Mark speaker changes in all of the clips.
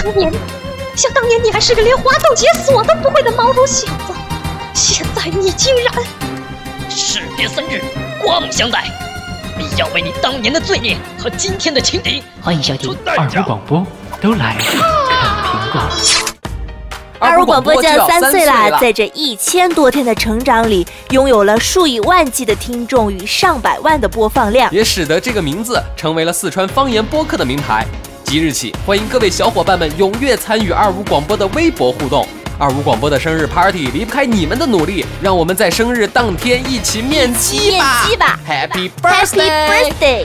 Speaker 1: 想当年你还是个连滑动解锁都不会的毛头小子，现在你竟然……
Speaker 2: 士别三日，刮目相待，必要为你当年的罪孽和今天的轻敌。
Speaker 3: 欢迎收听二五广播，都来看苹果。
Speaker 4: 二五广播就要3岁啦，在这1000多天的成长里，拥有了数以万计的听众与上百万的播放量，
Speaker 5: 也使得这个名字成为了四川方言播客的名牌。即日起，欢迎各位小伙伴们踊跃参与二五广播的微博互动。二五广播的生日 party 离不开你们的努力，让我们在生日当天一起面基吧 ！Happy birthday！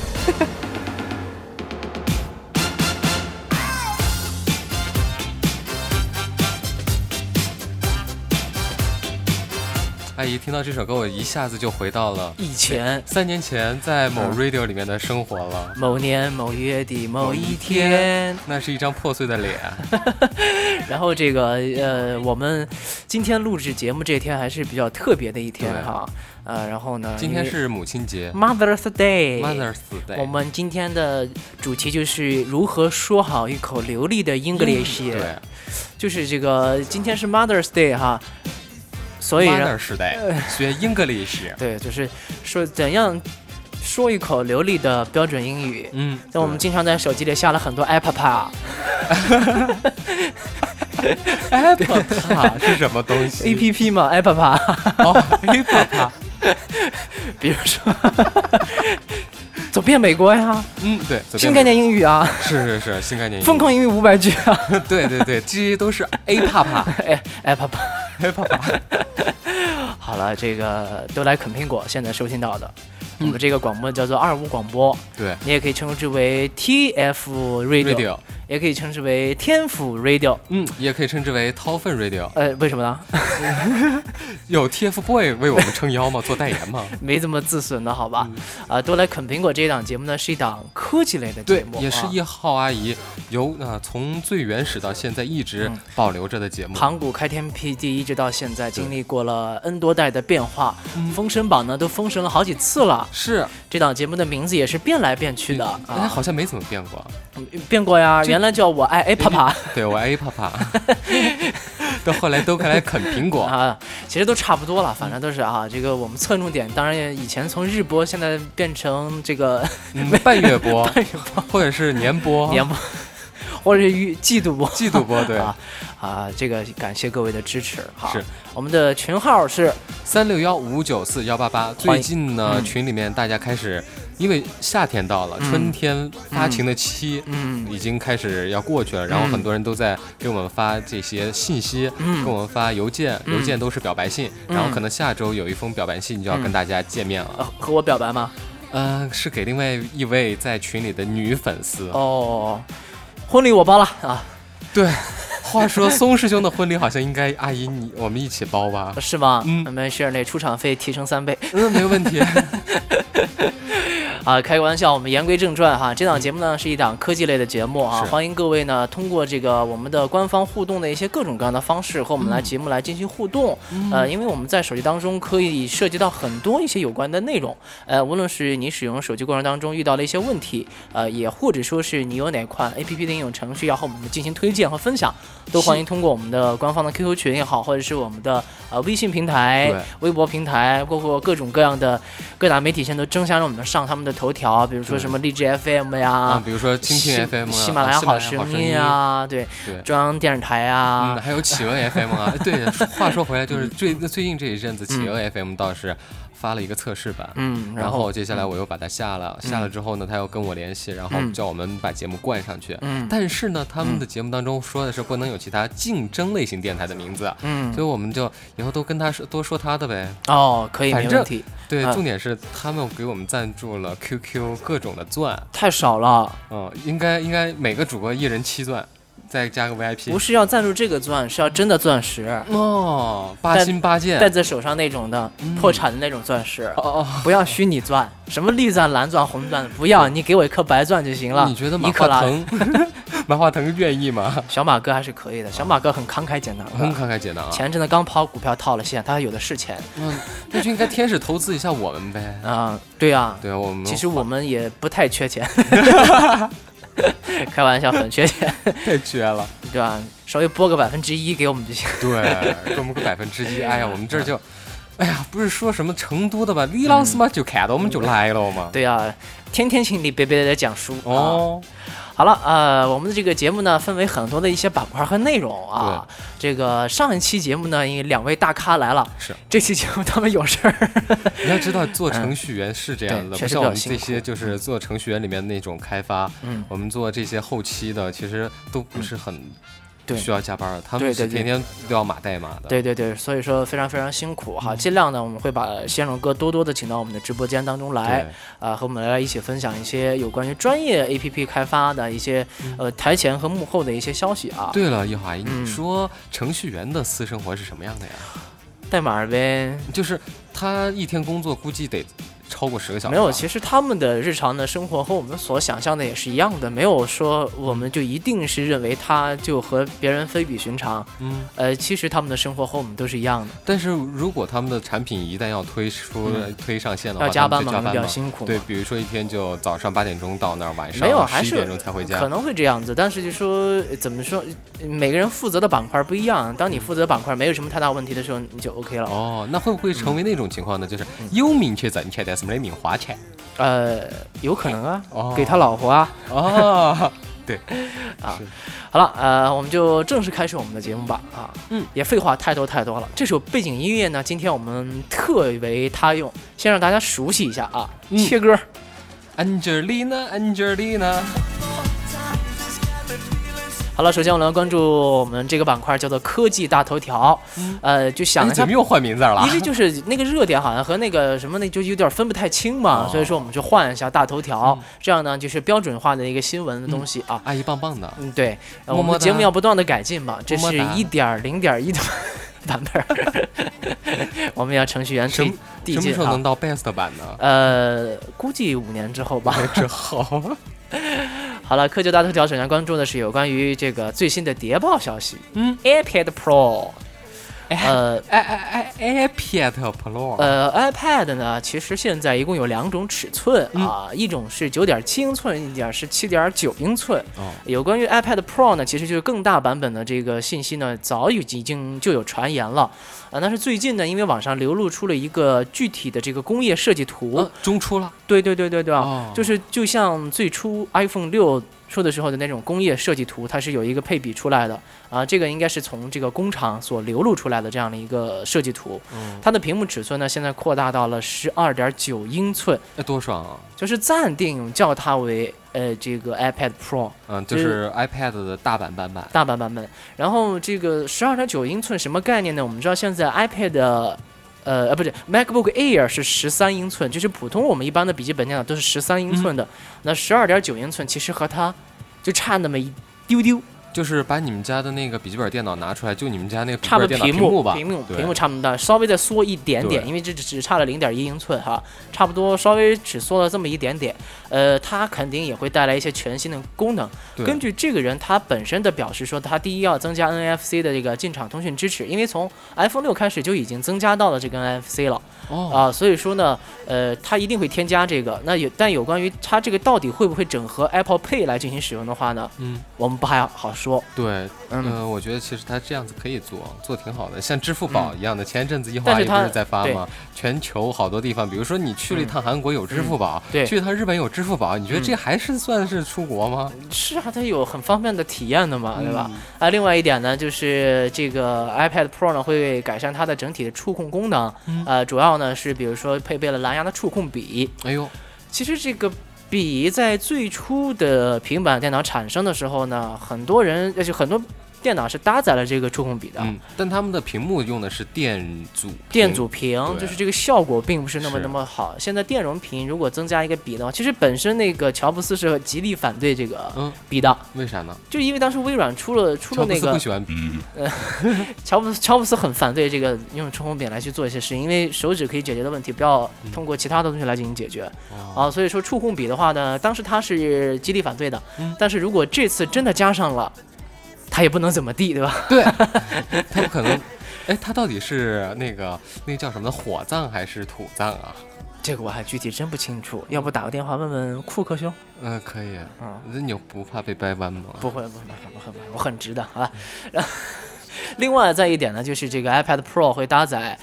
Speaker 5: 阿姨听到这首歌，我一下子就回到了
Speaker 6: 以前
Speaker 5: 3年前在某 radio 里面的生活了。
Speaker 6: 某年某月的某一天，
Speaker 5: 那是一张破碎的脸。
Speaker 6: 然后这个我们今天录制节目这天还是比较特别的一天哈。然后呢，
Speaker 5: 今天是母亲节
Speaker 6: Mother's Day。我们今天的主题就是如何说好一口流利的 English。对，就是这个今天是 Mother's Day 哈。所以
Speaker 5: 时代学 English，
Speaker 6: 对，就是说怎样说一口流利的标准英语。但我们经常在手机里下了很多 app。
Speaker 5: app 是什么东西
Speaker 6: ？app 嘛 app。
Speaker 5: 哦 app。
Speaker 6: 比如说走遍美国呀，
Speaker 5: 对，
Speaker 6: 新概念英语啊，
Speaker 5: 是新概念英语，
Speaker 6: 疯狂英语500句啊，
Speaker 5: 对，这些都是 app。
Speaker 6: 好了，这个都来啃苹果，现在收听到的，我们这个广播叫做25广播，
Speaker 5: 对，
Speaker 6: 你也可以称之为 TF Radio， 也可以称之为天府 Radio，
Speaker 5: 也可以称之为掏粪 Radio。
Speaker 6: 为什么呢？
Speaker 5: 有 TFBOY 为我们撑腰吗？做代言吗？
Speaker 6: 没这么自损的好吧？都来啃苹果这一档节目呢，是一档科技类的节目，
Speaker 5: 对，也是1号阿姨由从最原始到现在一直保留着的节目。
Speaker 6: 盘古开天辟地一直到现在，经历过了 N 多代的变化，封神榜呢都封神了好几次了。
Speaker 5: 是，
Speaker 6: 这档节目的名字也是变来变去的，
Speaker 5: 好像没怎么变过。
Speaker 6: 变过呀，原来叫我爱 A 啪啪，
Speaker 5: 对，我爱 A 啪啪，到后来都来啃苹果
Speaker 6: 啊，其实都差不多了，反正都是这个我们侧重点，当然以前从日播，现在变成这个
Speaker 5: 半月播，或者是年播，
Speaker 6: 或者是季度播，
Speaker 5: 对
Speaker 6: 这个感谢各位的支持。好，
Speaker 5: 是
Speaker 6: 我们的群号是
Speaker 5: 361-594-188。最近呢，群里面大家开始，因为夏天到了，春天发情的期，已经开始要过去了，然后很多人都在给我们发这些信息，给我们发邮件，邮件都是表白信，然后可能下周有一封表白信就要跟大家见面了。
Speaker 6: 和我表白吗？
Speaker 5: 是给另外一位在群里的女粉丝。
Speaker 6: 婚礼我包了啊。
Speaker 5: 对，话说松师兄的婚礼好像应该阿姨我们一起包吧？
Speaker 6: 是吗？没事，那出场费提升3倍。
Speaker 5: 没有问题。
Speaker 6: 开个玩笑，我们言归正传哈。这档节目呢是一档科技类的节目啊，欢迎各位呢通过这个我们的官方互动的一些各种各样的方式和我们节目来进行互动。因为我们在手机当中可以涉及到很多一些有关的内容。无论是你使用手机过程当中遇到了一些问题，也或者说是你有哪款 APP 的应用程序要和我们进行推荐和分享，都欢迎通过我们的官方的 QQ 群也好，或者是我们的微信平台、微博平台，包括各种各样的各大媒体现在都争相让我们上他们的头条，比如说什么荔枝 FM 呀，
Speaker 5: 比如说蜻蜓 FM
Speaker 6: 喜马拉雅好声音啊，对，中央电视台啊，
Speaker 5: 还有企鹅 FM 啊。对，话说回来，就是最近这一阵子，企鹅 FM 倒是发了一个测试版，然后接下来我又把它下了之后呢，他又跟我联系，然后叫我们把节目灌上去。但是呢，他们的节目当中说的是不能有其他竞争类型电台的名字，所以我们就以后都跟他多说他的呗。
Speaker 6: 可以，没问题。
Speaker 5: 对，重点是他们给我们赞助了 QQ 各种的钻，
Speaker 6: 太少了。
Speaker 5: 应该每个主播1人7钻。再加个 VIP，
Speaker 6: 不是要赞助这个钻，是要真的钻石
Speaker 5: 8心8箭
Speaker 6: 戴在手上那种的，破产的那种钻石不要虚拟钻，什么绿钻、蓝钻、红钻不要，你给我一颗白钻就行了。
Speaker 5: 你觉得马化腾愿意吗？
Speaker 6: 小马哥还是可以的，小马哥很慷慨解囊，钱真的刚抛股票套了现，他有的是钱。
Speaker 5: 那就应该天使投资一下我们呗。
Speaker 6: 对啊，
Speaker 5: 我们
Speaker 6: 其实我们也不太缺钱。 开玩笑，很缺钱，
Speaker 5: 太缺了，
Speaker 6: 对吧？稍微拨个1%给我们就行。
Speaker 5: 对，给我们个1%。哎呀，我们这就，哎呀，不是说什么成都的吧？李老师嘛，就看到我们就来了嘛。
Speaker 6: 对呀，天天请你白白的讲述哦。好了，我们的这个节目呢，分为很多的一些板块和内容啊。这个上一期节目呢，因为2位大咖来了，
Speaker 5: 是
Speaker 6: 这期节目他们有事儿。
Speaker 5: 你要知道，做程序员是这样的，不像我们这些就是做程序员里面那种开发，我们做这些后期的，其实都不是很。需要加班的，他们是天天都要码代码的。
Speaker 6: 对，所以说非常非常辛苦哈。尽量呢，我们会把先生哥多多的请到我们的直播间当中来，和我们来一起分享一些有关于专业 APP 开发的一些台前和幕后的一些消息啊。
Speaker 5: 对了，一华，你说程序员的私生活是什么样的呀？
Speaker 6: 代码呗，
Speaker 5: 就是他一天工作估计得超过10个小时。
Speaker 6: 没有，其实他们的日常的生活和我们所想象的也是一样的，没有说我们就一定是认为他就和别人非比寻常。其实他们的生活和我们都是一样的。
Speaker 5: 但是如果他们的产品一旦要推上线的话，
Speaker 6: 要加班
Speaker 5: 嘛，
Speaker 6: 比较辛苦。
Speaker 5: 对，比如说一天就早上8点钟到那儿，晚上
Speaker 6: 没有还是
Speaker 5: 11点钟才回家，
Speaker 6: 可能会这样子。但是就说怎么说，每个人负责的板块不一样。当你负责板块没有什么太大问题的时候，你就 OK 了。
Speaker 5: 哦，那会不会成为那种情况呢？就是有名去挣钱，但是没得命花钱。
Speaker 6: 有可能啊，给他老婆啊。
Speaker 5: 对
Speaker 6: 啊，好了，我们就正式开始我们的节目吧啊。也废话太多了。这首背景音乐呢，今天我们特为他用，先让大家熟悉一下啊。切歌
Speaker 5: ，Angelina。
Speaker 6: 好了，首先我们来关注我们这个板块，叫做科技大头条。就想一下
Speaker 5: 怎么又换名字了？
Speaker 6: 因为就是那个热点好像和那个什么那就有点分不太清嘛，所以说我们就换一下大头条，这样呢就是标准化的一个新闻的东西啊。
Speaker 5: 阿姨棒棒的。
Speaker 6: 对，我们节目要不断的改进嘛，这是1.0.1的版本。我们要程序员递进啊。
Speaker 5: 什么时候能到 best 版呢？
Speaker 6: 估计5年之后吧。
Speaker 5: 之后。
Speaker 6: 好了，科技大头条首先关注的是有关于这个最新的谍报消息。iPad Pro。
Speaker 5: iPad Pro。
Speaker 6: iPad 呢，其实现在一共有2种尺寸啊，一种是9.7英寸，一点是7.9英寸。有关于 iPad Pro 呢，其实就是更大版本的这个信息呢，早已经就有传言了。但是最近呢，因为网上流露出了一个具体的这个工业设计图，
Speaker 5: 中出了。
Speaker 6: 对啊，就像最初 iPhone 6出的时候的那种工业设计图，它是有一个配比出来的啊，这个应该是从这个工厂所流露出来的这样的一个设计图。它的屏幕尺寸呢，现在扩大到了12.9英寸，
Speaker 5: 多爽啊！
Speaker 6: 就是暂定叫它为这个 iPad Pro，
Speaker 5: 就是 iPad 的大版本。
Speaker 6: 然后这个12.9英寸什么概念呢？我们知道现在 iPad不是 MacBook Air 是13英寸，就是普通我们一般的笔记本电脑都是13英寸的，那12.9英寸其实和它就差那么一丢丢。
Speaker 5: 就是把你们家的那个笔记本电脑拿出来，就你们家那个
Speaker 6: 差不多
Speaker 5: 屏幕吧，
Speaker 6: 屏幕差不多大，稍微再缩一点点，因为这只差了0.1英寸哈，差不多稍微只缩了这么一点点。它肯定也会带来一些全新的功能。根据这个人他本身的表示说，他第一要增加 NFC 的这个进场通讯支持，因为从 iPhone 6开始就已经增加到了这个 NFC 了。所以说呢，他一定会添加这个。但有关于他这个到底会不会整合 Apple Pay 来进行使用的话呢，我们不还好说。
Speaker 5: 对，我觉得其实他这样子可以做挺好的，像支付宝一样的。前一阵子一华也不是在发吗？全球好多地方，比如说你去了一趟韩国有支付宝，去一趟日本有支付宝，你觉得这还是算是出国吗？
Speaker 6: 是啊，它有很方便的体验的嘛，对吧？另外一点呢，就是这个 iPad Pro 呢会改善它的整体的触控功能，主要呢是比如说配备了蓝牙的触控笔。
Speaker 5: 哎呦，
Speaker 6: 其实这个笔在最初的平板电脑产生的时候呢，很多电脑是搭载了这个触控笔的，
Speaker 5: 但他们的屏幕用的是电阻屏，
Speaker 6: 就是这个效果并不是那么好。现在电容屏如果增加一个笔的话，其实本身那个乔布斯是极力反对这个笔的。
Speaker 5: 为啥呢？
Speaker 6: 就因为当时微软出了那个，乔布斯
Speaker 5: 不喜欢笔。
Speaker 6: 乔布斯很反对这个用触控笔来去做一些事情，因为手指可以解决的问题不要通过其他的东西来进行解决。所以说触控笔的话呢，当时他是极力反对的。但是如果这次真的加上了，他也不能怎么地，对吧？
Speaker 5: 对，他不可能。他到底是那个叫什么的火葬还是土葬啊？
Speaker 6: 这个我还具体真不清楚，要不打个电话问问库克兄？
Speaker 5: 可以。那你不怕被掰弯吗？
Speaker 6: 不会，我很直的啊。另外再一点呢，就是这个 iPad Pro 会搭载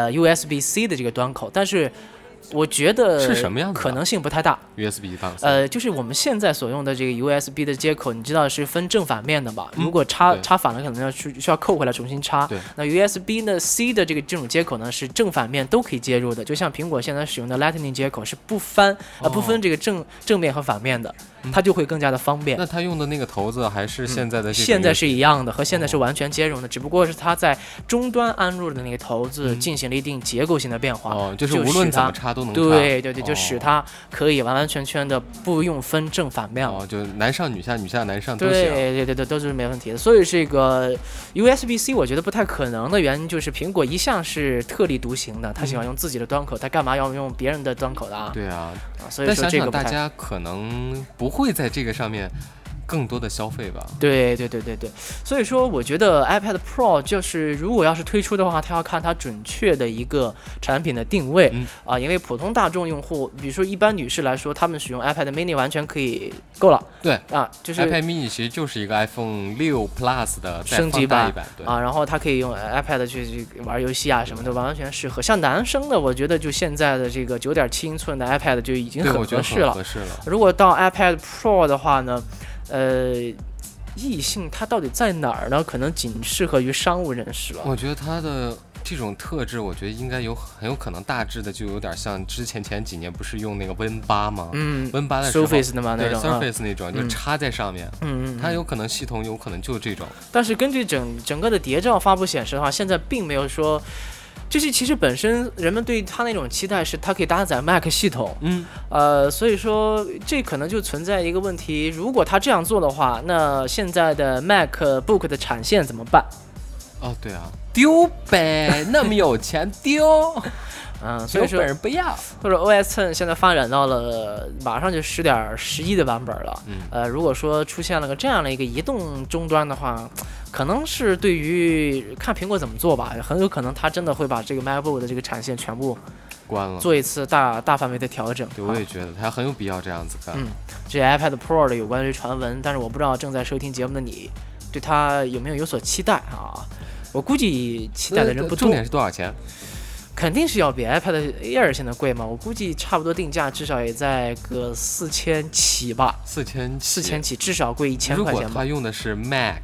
Speaker 6: USB-C 的这个端口，但是我觉得
Speaker 5: 是什么样的？
Speaker 6: 可能性不太大。
Speaker 5: USB 放C，
Speaker 6: 就是我们现在所用的这个 USB 的接口，你知道是分正反面的吧？如果插反了，可能需要扣回来重新插。
Speaker 5: 对。
Speaker 6: 那 USB 呢 C 的这种接口呢，是正反面都可以接入的，就像苹果现在使用的 Lightning 接口是不分这个正面和反面的，它就会更加的方便。
Speaker 5: 那它用的那个头子还是现在的
Speaker 6: 现在是一样的，和现在是完全兼容的，只不过是它在终端安入的那个头子进行了一定结构性的变化。
Speaker 5: 就是无论怎么插都能插。
Speaker 6: 对，就使它可以完完全全的不用分正反面了。
Speaker 5: 就男上女下，女下男上都行。
Speaker 6: 对，都是没问题的。所以这个 USB-C 我觉得不太可能的原因就是苹果一向是特立独行的，他喜欢用自己的端口，他干嘛要用别人的端口的啊？
Speaker 5: 对啊，
Speaker 6: 所以说这个
Speaker 5: 大家可能不会在这个上面更多的消费吧。
Speaker 6: 对，所以说我觉得 iPad Pro 就是如果要是推出的话，它要看它准确的一个产品的定位因为普通大众用户，比如说一般女士来说，他们使用 iPad mini 完全可以够了。
Speaker 5: 对
Speaker 6: 就是
Speaker 5: iPad mini 其实就是一个 iPhone 6 Plus 的
Speaker 6: 升级版
Speaker 5: 对
Speaker 6: 然后它可以用 iPad 去玩游戏什么的，完全适合。像男生的，我觉得就现在的这个9.7英寸的 iPad 就已经很合适了。如果到 iPad Pro 的话呢？异性它到底在哪儿呢？可能仅适合于商务人士了。
Speaker 5: 我觉得它的这种特质，我觉得应该很有可能大致的就有点像之前几年不是用那个 Win8 吗？Win8 的时候
Speaker 6: Surface 的嘛那种
Speaker 5: Surface 那种就插在上面。它有可能系统有可能就这种。
Speaker 6: 但是根据整个的谍照发布显示的话，现在并没有说。就是其实本身人们对它那种期待是它可以搭载 Mac 系统，所以说这可能就存在一个问题，如果它这样做的话，那现在的 MacBook 的产线怎么办？
Speaker 5: 对啊，丢呗，那么有钱丢。
Speaker 6: 所以说
Speaker 5: 本人不要，
Speaker 6: 或者 OS X 现在发展到了马上就10.11的版本了。如果说出现了这样的一个移动终端的话，可能是对于看苹果怎么做吧，很有可能它真的会把这个 MacBook 的这个产线全部
Speaker 5: 关了，
Speaker 6: 做一次大范围的调整。
Speaker 5: 对，我也觉得它很有必要这样子干。
Speaker 6: 这 iPad Pro 的有关于传闻，但是我不知道正在收听节目的你对它有所期待啊？我估计期待的人不多。
Speaker 5: 重点是多少钱？
Speaker 6: 肯定是要比 iPad Air 现在贵嘛，我估计差不多定价至少也在个4000起吧，4000起，至少贵1000块钱吧。
Speaker 5: 如果它用的是 Mac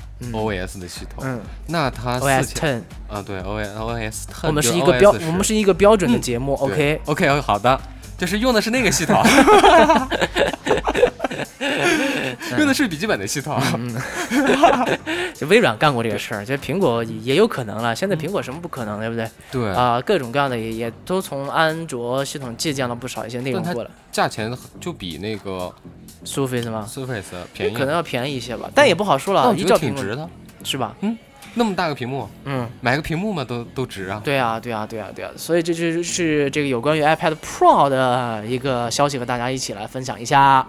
Speaker 5: OS 的系统，那它
Speaker 6: OS X
Speaker 5: 对 OS X，
Speaker 6: 我们是一个标准的节目，OK，
Speaker 5: 好的，就是用的是那个系统。用的是笔记本的系统。
Speaker 6: 就微软干过这个事儿，就苹果也有可能了。现在苹果什么不可能，对不对？
Speaker 5: 对
Speaker 6: 各种各样的也都从安卓系统借鉴了不少一些内容过来。
Speaker 5: 价钱就比那个
Speaker 6: Surface 吗
Speaker 5: ？Surface 便宜，
Speaker 6: 可能要便宜一些吧，但也不好说了。
Speaker 5: 我觉得挺值的，
Speaker 6: 是吧？
Speaker 5: 那么大个屏幕，买个屏幕嘛都值啊。
Speaker 6: 对啊。所以这就是这个有关于 iPad Pro 的一个消息，和大家一起来分享一下。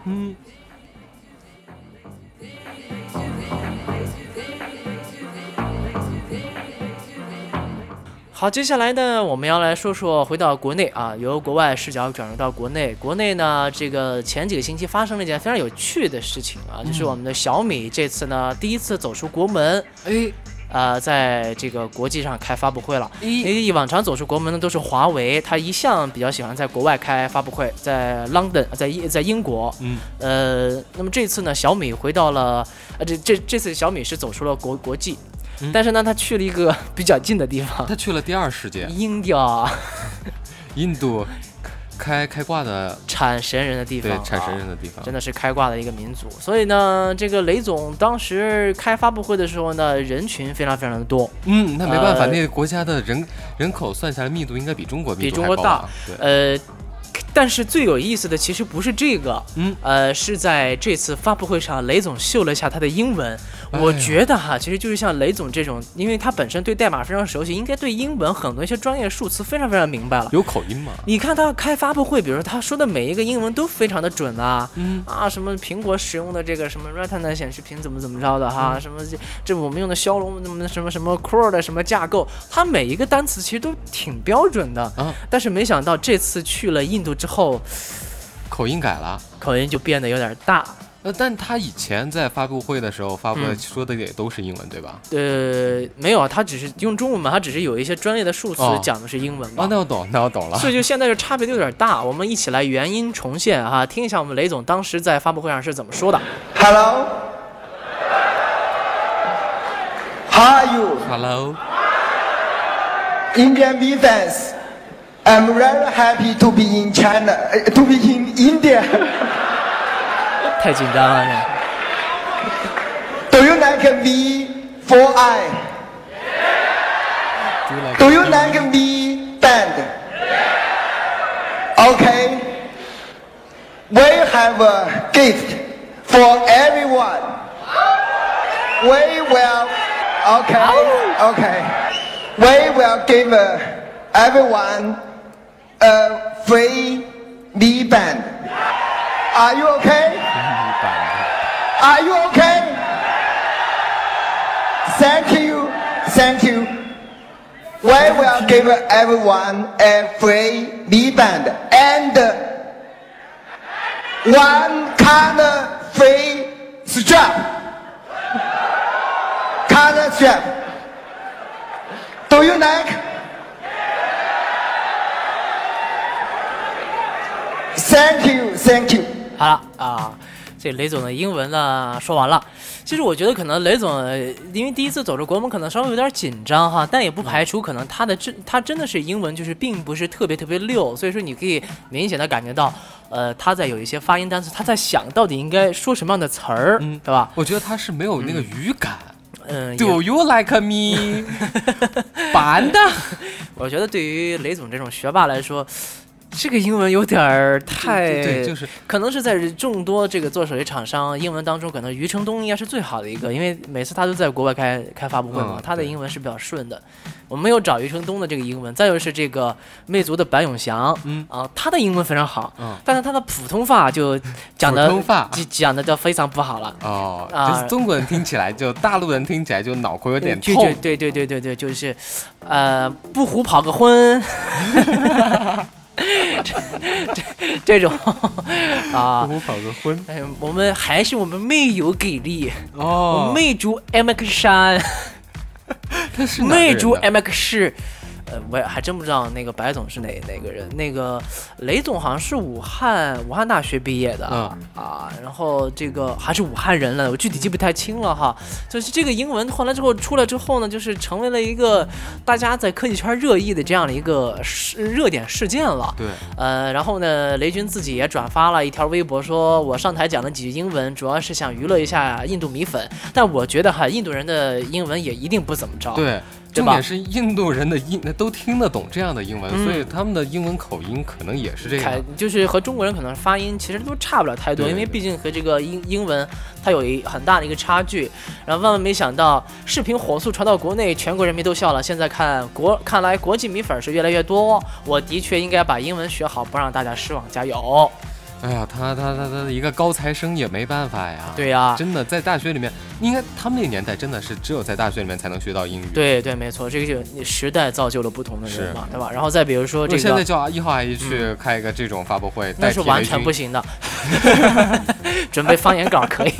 Speaker 6: 好，接下来呢，我们要来说回到国内由国外视角转入到国内。国内呢，这个前几个星期发生了一件非常有趣的事情就是我们的小米这次呢第一次走出国门，在这个国际上开发布会了。以往常走出国门的都是华为，他一向比较喜欢在国外开发布会，在 London， 在英国。那么这次呢，小米回到了这次小米是走出了国际。但是呢，他去了一个比较近的地方，
Speaker 5: 他去了第2世界，
Speaker 6: 印
Speaker 5: 度开挂的
Speaker 6: 产神人的地方，
Speaker 5: 对，产神人的地方，
Speaker 6: 真的是开挂的一个民族。所以呢，这个雷总当时开发布会的时候呢，人群非常非常的多。
Speaker 5: 那没办法，那个国家的人口算下来密度应该比中国
Speaker 6: 大。但是最有意思的其实不是这个，是在这次发布会上，雷总秀了一下他的英文。 我觉得哈，其实就是像雷总这种，因为他本身对代码非常熟悉，应该对英文很多一些专业数词非常非常明白了。
Speaker 5: 有口音吗？
Speaker 6: 你看他开发布会，比如说他说的每一个英文都非常的准啊，什么苹果使用的这个什么 Retina 显示屏怎么着的哈，什么这我们用的骁龙什么 Core 的什么架构，他每一个单词其实都挺标准的但是没想到这次去了印度之后，
Speaker 5: 口音改了，
Speaker 6: 口音就变得有点大。
Speaker 5: 但他以前在发布会的时候说的也都是英文，对吧？
Speaker 6: 没有啊，他只是用中文嘛，他只是有一些专业的数词讲的是英文嘛。
Speaker 5: 那我懂了。
Speaker 6: 所以就现在就差别有点大，我们一起来原音重现哈，听一下我们雷总当时在发布会上是怎么说的。
Speaker 7: Hello, how are you?
Speaker 5: Hello,
Speaker 7: Indian fans. I'm very happy to be in China, to be in India.
Speaker 6: 太紧张了。
Speaker 7: Do you like V4I? Do you like V band? Okay. We have a gift for everyone. We will. Okay. We will give everyone a free V band. Are you okay? Are you okay? Thank you. We will give everyone a free V band and one color free strap. Color strap. Do you like? Thank you.
Speaker 6: 好了啊，这雷总的英文呢说完了。其实我觉得可能雷总因为第一次走着国门，可能稍微有点紧张哈，但也不排除可能他真的是英文就是并不是特别溜，所以说你可以明显的感觉到，他在有一些发音单词，他在想到底应该说什么样的词儿，对吧？
Speaker 5: 我觉得他是没有那个语感。Do you like me？ 烦的。
Speaker 6: 我觉得对于雷总这种学霸来说。这个英文有点太，
Speaker 5: 对，就是
Speaker 6: 可能是在众多这个做手机厂商英文当中，可能余承东应该是最好的一个，因为每次他都在国外开发布会嘛，他的英文是比较顺的。我没有找余承东的这个英文，再就是这个魅族的白永祥，他的英文非常好，但是他的普通话就讲的就非常不好了。
Speaker 5: 就是中国人听起来就大陆人听起来就脑壳有点痛。
Speaker 6: 对，就是不胡跑个婚。这种
Speaker 5: 不跑个婚，
Speaker 6: 我们魅友给力我们魅族 MX 山，魅族 MX 是。我还真不知道那个白总是哪个人，那个雷总好像是武汉大学毕业的然后这个还是武汉人了，我具体记不太清了哈。就是这个英文后来出来之后呢，就是成为了一个大家在科技圈热议的这样的一个热点事件了。
Speaker 5: 对，
Speaker 6: 然后呢，雷军自己也转发了一条微博，说我上台讲了几句英文，主要是想娱乐一下印度米粉。但我觉得哈，印度人的英文也一定不怎么着。
Speaker 5: 对。重点是印度人的都听得懂这样的英文，所以他们的英文口音可能也是这样，
Speaker 6: 就是和中国人可能发音其实都差不了太多，因为毕竟和这个英文它有很大的一个差距。然后万万没想到，视频火速传到国内，全国人民都笑了。现在看来国际米粉是越来越多，我的确应该把英文学好，不让大家失望，加油！
Speaker 5: 哎呀，他一个高材生也没办法呀。
Speaker 6: 对呀，
Speaker 5: 真的在大学里面，应该他们那个年代真的是只有在大学里面才能学到英语。
Speaker 6: 对，没错，这个就时代造就了不同的人嘛，对吧？然后再比如说这个，
Speaker 5: 现在叫1号阿姨去开一个这种发布会，
Speaker 6: 那是完全不行的。准备方言稿可以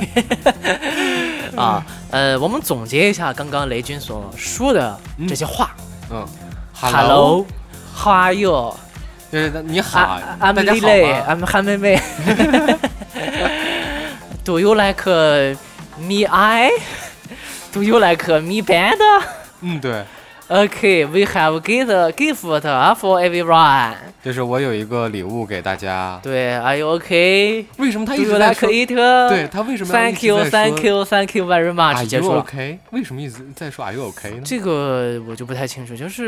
Speaker 6: 我们总结一下刚刚雷军所说的这些话。Hello, how are you？
Speaker 5: 就是你好
Speaker 6: ，I'm Lily, I'm 韩妹妹。Do you like me? Do you like me bad?
Speaker 5: 对。
Speaker 6: Okay, we have gift for everyone.
Speaker 5: 就是我有一个礼物给大家。
Speaker 6: 对 ，Are you okay?
Speaker 5: 为什么他一直在说
Speaker 6: ？Do you like it?
Speaker 5: 对他为什么要一直在说
Speaker 6: Thank you very much.
Speaker 5: Are you okay? 为什么一直在说 Are you okay 呢？
Speaker 6: 这个我就不太清楚，就是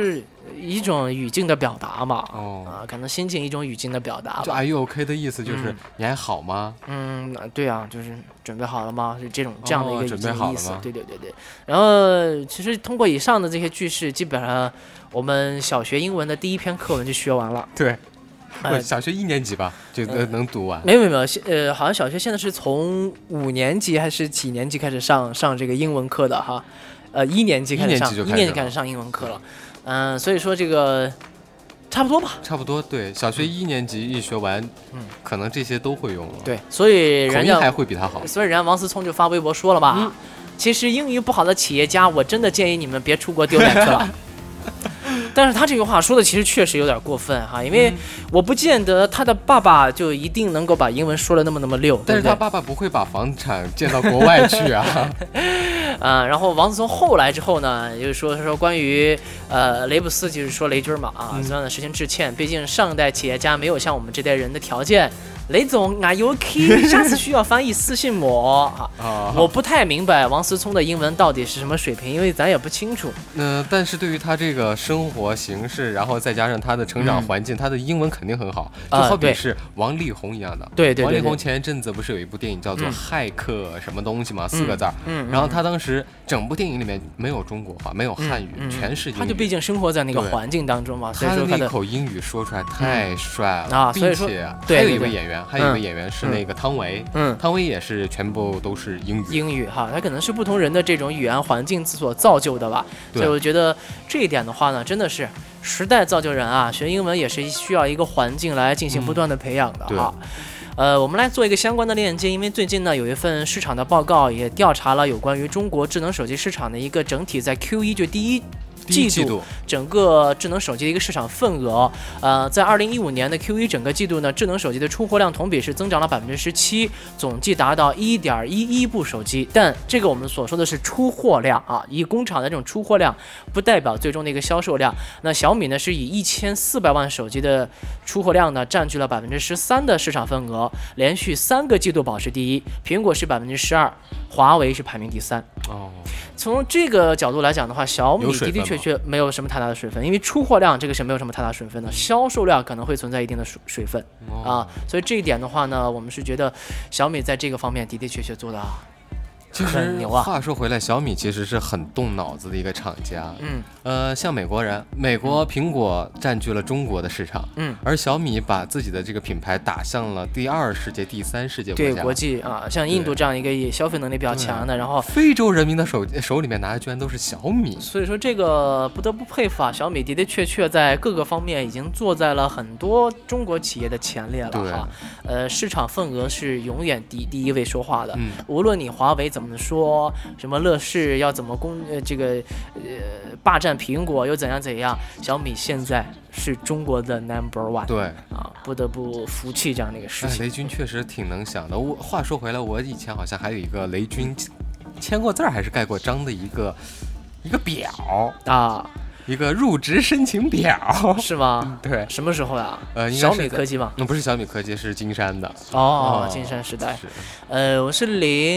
Speaker 6: 一种语境的表达嘛，可能心情一种语境的表达。
Speaker 5: 就 Are you OK 的意思就是你还好吗？
Speaker 6: 对啊，就是准备好了吗？是这样的一个语境的意思。对。然后其实通过以上的这些句式，基本上我们小学英文的第一篇课文就学完了。
Speaker 5: 对。小学1年级吧，就能读完。
Speaker 6: 没有，好像小学现在是从5年级还是几年级开始上这个英文课的哈，1年级开始上，1年级开始上英文课了。所以说这个差不多吧。
Speaker 5: 差不多，对，小学1年级一学完，可能这些都会用了。
Speaker 6: 对，所以人家
Speaker 5: 口音还会比他好。
Speaker 6: 所以人家王思聪就发微博说了嘛，其实英语不好的企业家，我真的建议你们别出国丢脸去了。但是他这句话说的其实确实有点过分哈，因为我不见得他的爸爸就一定能够把英文说的那么溜，
Speaker 5: 但是他爸爸不会把房产建到国外去啊。
Speaker 6: 然后王思聪后来之后呢，就是说关于雷布斯，就是说雷军嘛这样的实行致歉，毕竟上一代企业家没有像我们这代人的条件。雷总，Are you OK？ 下次需要翻译私信我我不太明白王思聪的英文到底是什么水平，因为咱也不清楚。
Speaker 5: 但是对于他这个生活形式，然后再加上他的成长环境，他的英文肯定很好，就好比是王力宏一样的。
Speaker 6: 对。
Speaker 5: 王力宏前一阵子不是有一部电影叫做《骇客什么东西》吗？4个字。然后他当时整部电影里面没有中国话，没有汉语，全是英语。
Speaker 6: 他就毕竟生活在那个环境当中嘛，所以说
Speaker 5: 他的那口英语说出来太帅了并且还有一个演员。还有一个演员是那个汤唯，汤唯也是全部都是英语
Speaker 6: 哈，他可能是不同人的这种语言环境所造就的吧。所以我觉得这一点的话呢，真的是时代造就人啊，学英文也是需要一个环境来进行不断的培养的哈。我们来做一个相关的链接，因为最近呢有一份市场的报告也调查了有关于中国智能手机市场的一个整体在 Q1 就第一季度整个智能手机的一个市场份额，在2015年的 Q1 整个季度呢，智能手机的出货量同比是增长了17%，总计达到1.11部手机。但这个我们所说的是出货量啊，以工厂的这种出货量不代表最终的一个销售量。那小米呢是以1400万手机的出货量呢占据了13%的市场份额，连续3个季度保持第一。苹果是12%，华为是排名第3。从这个角度来讲的话，小米的确没有什么太大的水分，因为出货量这个是没有什么太大水分的，销售量可能会存在一定的水分所以这一点的话呢，我们是觉得小米在这个方面的确做的
Speaker 5: 其实话说回来，小米其实是很动脑子的一个厂家。像美国苹果占据了中国的市场，而小米把自己的这个品牌打向了第2世界、第3世界国家。
Speaker 6: 对国际像印度这样一个消费能力比较强的，然后
Speaker 5: 非洲人民的手里面拿的居然都是小米。
Speaker 6: 所以说这个不得不佩服小米的确在各个方面已经坐在了很多中国企业的前列了市场份额是永远第一位说话的。无论你华为怎么说，什么乐视要怎么霸占苹果又怎样，小米现在是中国的 No.1。对不得不服气这样的一个事情。
Speaker 5: 雷军确实挺能想的。话说回来，我以前好像还有一个雷军签过字还是盖过章的一个表一个入职申请表。
Speaker 6: 是吗？
Speaker 5: 对。
Speaker 6: 什么时候呀？
Speaker 5: 小
Speaker 6: 米科技吗？
Speaker 5: 不是小米科技，是金山的。
Speaker 6: 金山时代。我是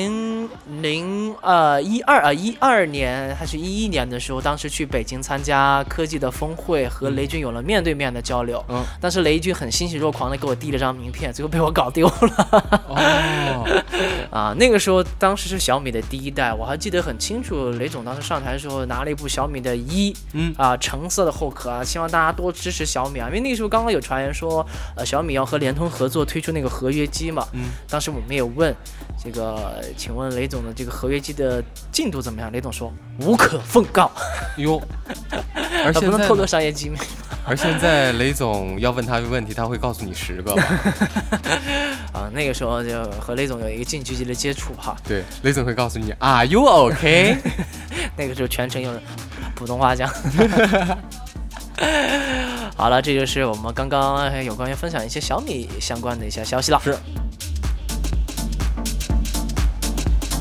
Speaker 6: 12年还是11年的时候，当时去北京参加科技的峰会，和雷军有了面对面的交流。但是雷军很欣喜若狂的给我递了张名片，最后被我搞丢了。那个时候当时是小米的第一代，我还记得很清楚，雷总当时上台的时候拿了一部小米的橙色的后壳希望大家多支持小米因为那个时候刚刚有传言说小米要和联通合作推出那个合约机嘛。当时我们也问这个，请问雷总的这个合约机的进度怎么样？雷总说无可奉告。而且不能透露商业机密。
Speaker 5: 而现在雷总要问他一个问题，他会告诉你10个吧。
Speaker 6: 那个时候就和雷总有一个近距离的接触
Speaker 5: 对，雷总会告诉你 Are you OK？
Speaker 6: 那个时候全程用普通话讲。好了，这就是我们刚刚有关于分享一些小米相关的一些消息了。
Speaker 5: 是。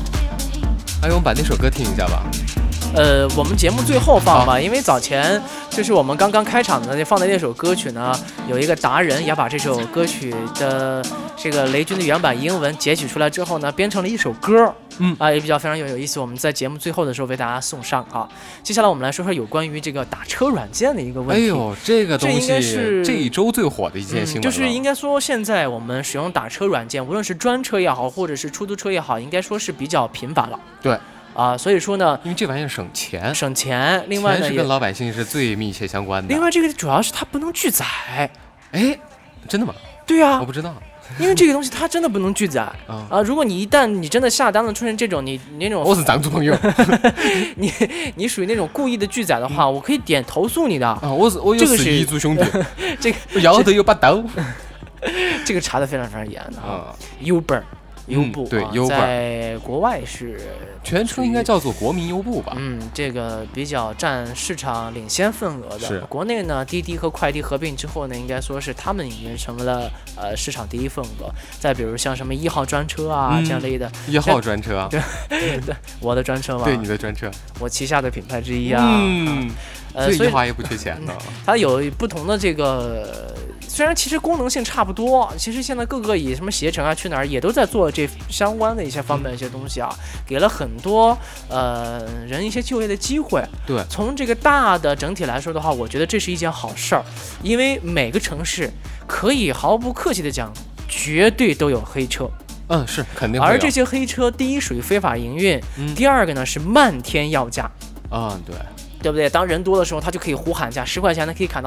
Speaker 5: 我们把那首歌听一下吧。
Speaker 6: 我们节目最后放吧，因为早前就是我们刚刚开场的放的那首歌曲呢，有一个达人也把这首歌曲的这个雷军的原版英文截取出来之后呢，编成了一首歌，也比较非常有意思。我们在节目最后的时候为大家送上啊。接下来我们来说说有关于这个打车软件的一个问题。
Speaker 5: 哎呦，这个东西
Speaker 6: 这应该是
Speaker 5: 这一周最火的一件新闻了，
Speaker 6: 就是应该说现在我们使用打车软件，无论是专车也好，或者是出租车也好，应该说是比较频繁了。
Speaker 5: 对。
Speaker 6: 所以说呢，
Speaker 5: 因为这玩意儿省钱，
Speaker 6: 另外呢，
Speaker 5: 钱是跟老百姓是最密切相关的。
Speaker 6: 另外，这个主要是它不能拒载。
Speaker 5: 哎，真的吗？
Speaker 6: 对啊，
Speaker 5: 我不知道。
Speaker 6: 因为这个东西它真的不能拒载如果你一旦你真的下单了，出现这种你那种，
Speaker 5: 我是咱做朋友，
Speaker 6: 你属于那种故意的拒载的话，我可以点投诉你的
Speaker 5: 我有死一族兄弟，
Speaker 6: 这个
Speaker 5: 我摇头有把刀，
Speaker 6: 这个查得非常非常严的Uber。优步
Speaker 5: 对优步
Speaker 6: 在国外是
Speaker 5: 全称应该叫做国民优步吧？
Speaker 6: 这个比较占市场领先份额的。
Speaker 5: 是
Speaker 6: 国内呢，滴滴和快滴合并之后呢，应该说是他们已经成为了市场第一份额。再比如像什么1号专车啊这样类的。
Speaker 5: 1号专车，
Speaker 6: 对，我的专车嘛，
Speaker 5: 对你的专车，
Speaker 6: 我旗下的品牌之一啊。
Speaker 5: 所以1号也不缺钱呢。
Speaker 6: 它有不同的这个。虽然其实功能性差不多，其实现在各个以什么携程啊、去哪儿也都在做这相关的一些方面的一些东西啊，给了很多人一些就业的机会。
Speaker 5: 对，
Speaker 6: 从这个大的整体来说的话，我觉得这是一件好事儿，因为每个城市可以毫不客气的讲，绝对都有黑车。
Speaker 5: 是肯定会有。
Speaker 6: 而这些黑车，第一属于非法营运，第二个呢是漫天要价。对不对？当人多的时候，他就可以胡喊价，10块钱呢可以喊到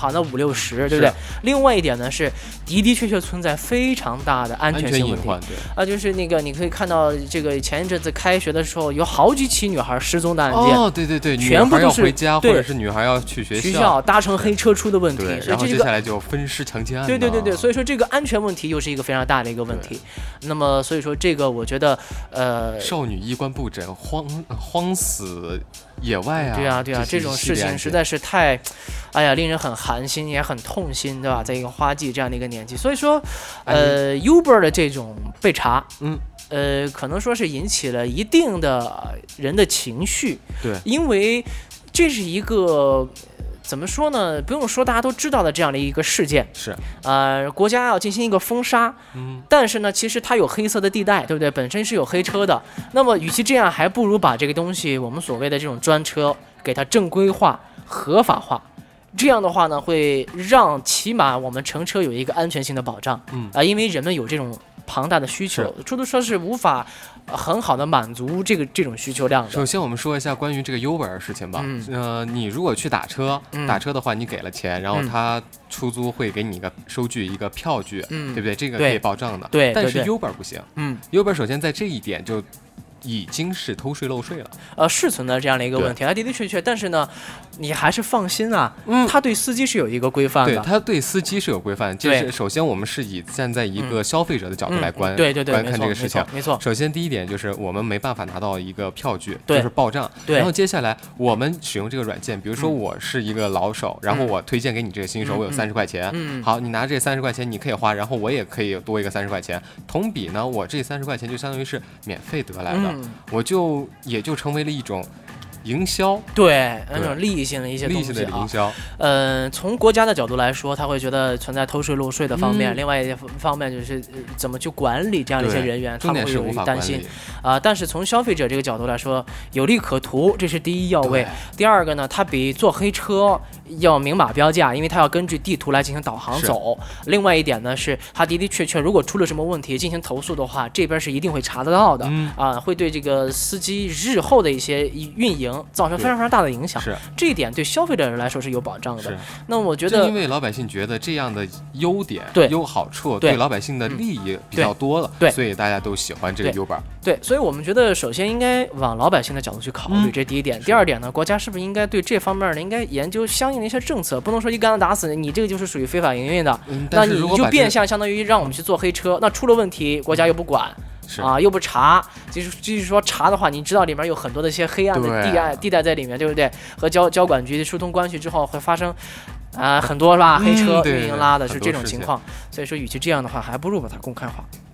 Speaker 6: 5、60，对不对？另外一点呢是的确存在非常大的安全性问题就是那个你可以看到这个前一阵子开学的时候，有好几起女孩失踪的案件。
Speaker 5: 对，
Speaker 6: 全部都是
Speaker 5: 回家或者是女孩要去学校
Speaker 6: 搭乘黑车出的问题。
Speaker 5: 然后接下来就分尸强奸案。
Speaker 6: 对，所以说这个安全问题又是一个非常大的一个问题。那么所以说这个我觉得
Speaker 5: 少女衣冠不整，慌死野外啊。
Speaker 6: 对啊，这种事情实在是太，令人很寒心，也很痛心，对吧？在一个花季这样的一个年纪，所以说，Uber 的这种被查，可能说是引起了一定的人的情绪，
Speaker 5: 对，
Speaker 6: 因为这是一个。怎么说呢？不用说，大家都知道的这样的一个事件
Speaker 5: 是，
Speaker 6: 国家要进行一个封杀，但是呢，其实它有黑色的地带，对不对？本身是有黑车的。那么，与其这样，还不如把这个东西，我们所谓的这种专车，给它正规化、合法化。这样的话呢，会让起码我们乘车有一个安全性的保障。因为人们有这种庞大的需求，出租车是无法很好的满足这种需求量的。
Speaker 5: 首先我们说一下关于这个 Uber 的事情吧。你如果去打车的话，你给了钱，然后他出租会给你一个收据，一个票据，对不对？这个可以保障的。
Speaker 6: 对，
Speaker 5: 但是 Uber 不行。Uber 首先在这一点就已经是偷税漏税了。
Speaker 6: 是存在这样的一个问题，它的确，但是呢，你还是放心啊。他对司机是有一个规范的。
Speaker 5: 对，他对司机是有规范。就是首先我们是以站在一个消费者的角度来观看这个事情。
Speaker 6: 没错。
Speaker 5: 首先第一点就是我们没办法拿到一个票据，
Speaker 6: 对，
Speaker 5: 就是报账。
Speaker 6: 对。
Speaker 5: 然后接下来我们使用这个软件，比如说我是一个老手，然后我推荐给你这个新手，我有30块钱。好，你拿这30块钱你可以花，然后我也可以多一个30块钱。同比呢，我这30块钱就相当于是免费得来的，我也就成为了一种营销，
Speaker 6: 对那种利益性的一些东西
Speaker 5: 利益性的营销。
Speaker 6: 从国家的角度来说，他会觉得存在偷税漏税的方面，另外一方面就是怎么去管理这样的一些人员，他们会有担心但是从消费者这个角度来说，有利可图，这是第一要位。第二个呢，它比坐黑车要明码标价，因为它要根据地图来进行导航走。另外一点呢，是它的确如果出了什么问题进行投诉的话，这边是一定会查得到的。会对这个司机日后的一些运营造成非常非常大的影响。
Speaker 5: 是
Speaker 6: 这一点对消费者来说是有保障的。那我觉得，
Speaker 5: 因为老百姓觉得这样的优点、有好处，
Speaker 6: 对
Speaker 5: 老百姓的利益比较多了，
Speaker 6: 对，
Speaker 5: 所以大家都喜欢这个 Uber。
Speaker 6: 对，所以我们觉得首先应该往老百姓的角度去考虑，这第一点。第二点呢，国家是不是应该对这方面呢，应该研究相应的一些政策，不能说一竿子打死你这个就是属于非法营运的，那你就变相相当于让我们去坐黑车，那出了问题国家又不管。又不查，就是说查的话，你知道里面有很多的一些黑暗的地带在里面，对不对？和交管局疏通关系之后，会发生很多是吧？黑车运营拉的是这种情况，所以说与其这样的话，还不如把它公开化。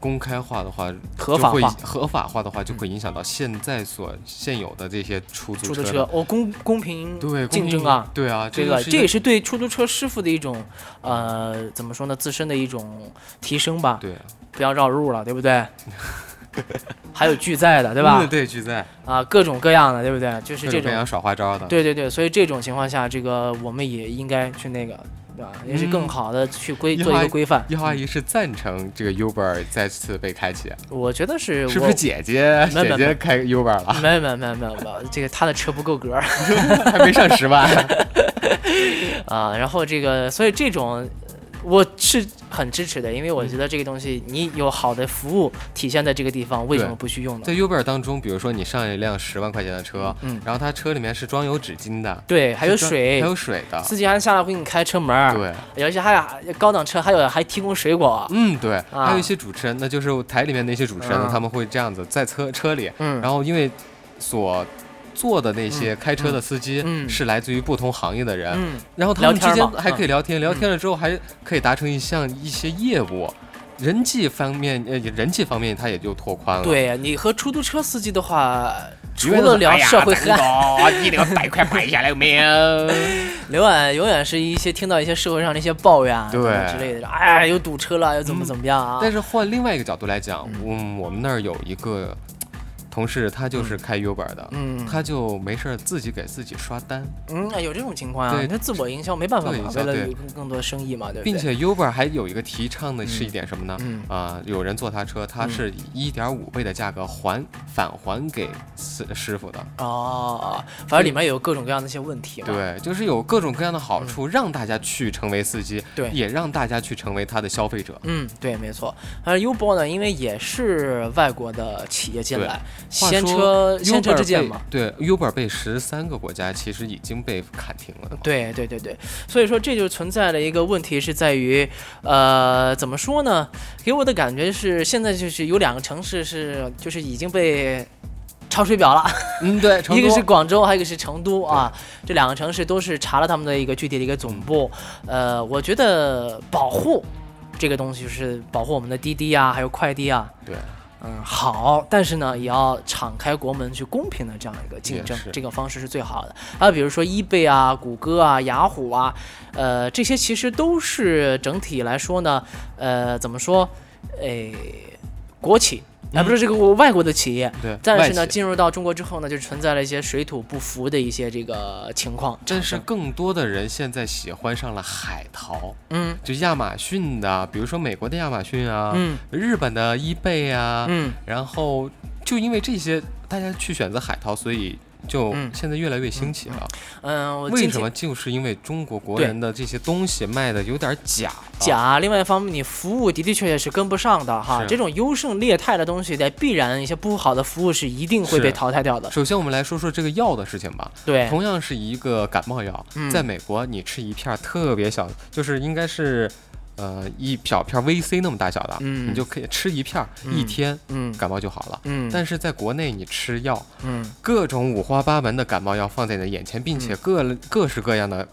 Speaker 5: 公开化的话，
Speaker 6: 合
Speaker 5: 法化的话，就会影响到现有的这些出租车。
Speaker 6: 公平
Speaker 5: 对
Speaker 6: 竞争啊，
Speaker 5: 对啊，
Speaker 6: 这也是对出租车师傅的一种怎么说呢，自身的一种提升吧。
Speaker 5: 对，
Speaker 6: 不要绕路了，对不对？还有拒载的，对吧？
Speaker 5: 对，拒载
Speaker 6: 啊，各种各样的，对不对？就是这种
Speaker 5: 各样耍花招的。
Speaker 6: 对，所以这种情况下，这个我们也应该去那个。对吧？也是更好的去做一个规范。
Speaker 5: 一号阿姨是赞成这个 Uber 再次被开启？
Speaker 6: 我觉得是
Speaker 5: 不是姐姐开 Uber 了？
Speaker 6: 没有，这个她的车不够格，
Speaker 5: 还没上10万
Speaker 6: 啊。然后这个，所以这种。我是很支持的，因为我觉得这个东西你有好的服务体现在这个地方，为什么不去用呢？
Speaker 5: 在 Uber 当中，比如说你上一辆10万块钱的车，然后它车里面是装有纸巾的，
Speaker 6: 对，还有水
Speaker 5: 的，
Speaker 6: 司机还下来会给你开车门，
Speaker 5: 对，
Speaker 6: 而且还有高档车，还提供水果，
Speaker 5: 对，还有一些主持人，那就是台里面的一些主持人，他们会这样子在车里，然后因为坐的那些开车的司机是来自于不同行业的人，然后他们之间还可以聊天，聊天了之后还可以达成一些业务，人际方面他也就拓宽了。
Speaker 6: 对，你和出租车司机的话，除了聊社会
Speaker 5: 你那个贷款拍下来有没有？
Speaker 6: 永远是一些听到一些社会上的一些抱怨
Speaker 5: 对
Speaker 6: 之类的，哎，又堵车了，又怎么样啊？
Speaker 5: 但是换另外一个角度来讲，我们那儿有一个同事，他就是开 Uber 的，他就没事自己给自己刷单，
Speaker 6: 有这种情况啊，他自我营销没办法嘛，为了有更多的生意嘛，对不对？
Speaker 5: 并且 Uber 还有一个提倡的是一点什么呢？有人坐他车，他是以1.5倍的价格返还给师傅的。
Speaker 6: 反正里面有各种各样的一些问题。
Speaker 5: 对，就是有各种各样的好处，让大家去成为司机，
Speaker 6: 对，
Speaker 5: 也让大家去成为他的消费者。
Speaker 6: 对，没错。而 Uber 呢，因为也是外国的企业进来。先
Speaker 5: 车
Speaker 6: 之鉴嘛，
Speaker 5: 对 ，Uber 被13个国家其实已经被砍停了。
Speaker 6: 对，所以说这就存在了一个问题，是在于，怎么说呢？给我的感觉是，现在就是有2个城市就是已经被抄水表了。
Speaker 5: 对，
Speaker 6: 一个是广州，还有一个是成都啊。这2个城市都是查了他们的一个具体的一个总部。我觉得保护这个东西就是保护我们的滴滴啊，还有快递啊。
Speaker 5: 对。
Speaker 6: 好，但是呢，也要敞开国门去公平的这样一个竞争，这个方式是最好的。还有比如说eBay啊、谷歌啊、雅虎啊，这些其实都是整体来说呢，怎么说，国企。不是这个外国的企业，
Speaker 5: 对，
Speaker 6: 但是呢，进入到中国之后呢，就存在了一些水土不服的一些这个情况。
Speaker 5: 但是更多的人现在喜欢上了海淘，就亚马逊的，比如说美国的亚马逊啊，日本的eBay啊，然后就因为这些，大家去选择海淘，所以就现在越来越兴起了。为什么？就是因为中国人的这些东西卖的有点假。
Speaker 6: 另外一方面，你服务的确是跟不上的哈。这种优胜劣汰的东西，在必然一些不好的服务是一定会被淘汰掉的。
Speaker 5: 首先，我们来说说这个药的事情吧。
Speaker 6: 对，
Speaker 5: 同样是一个感冒药，在美国你吃一片特别小，就是应该是。一小片 VC 那么大小的，你就可以吃一片，1天，感冒就好了。但是在国内你吃药，各种五花八门的感冒药放在你的眼前，并且各式各样的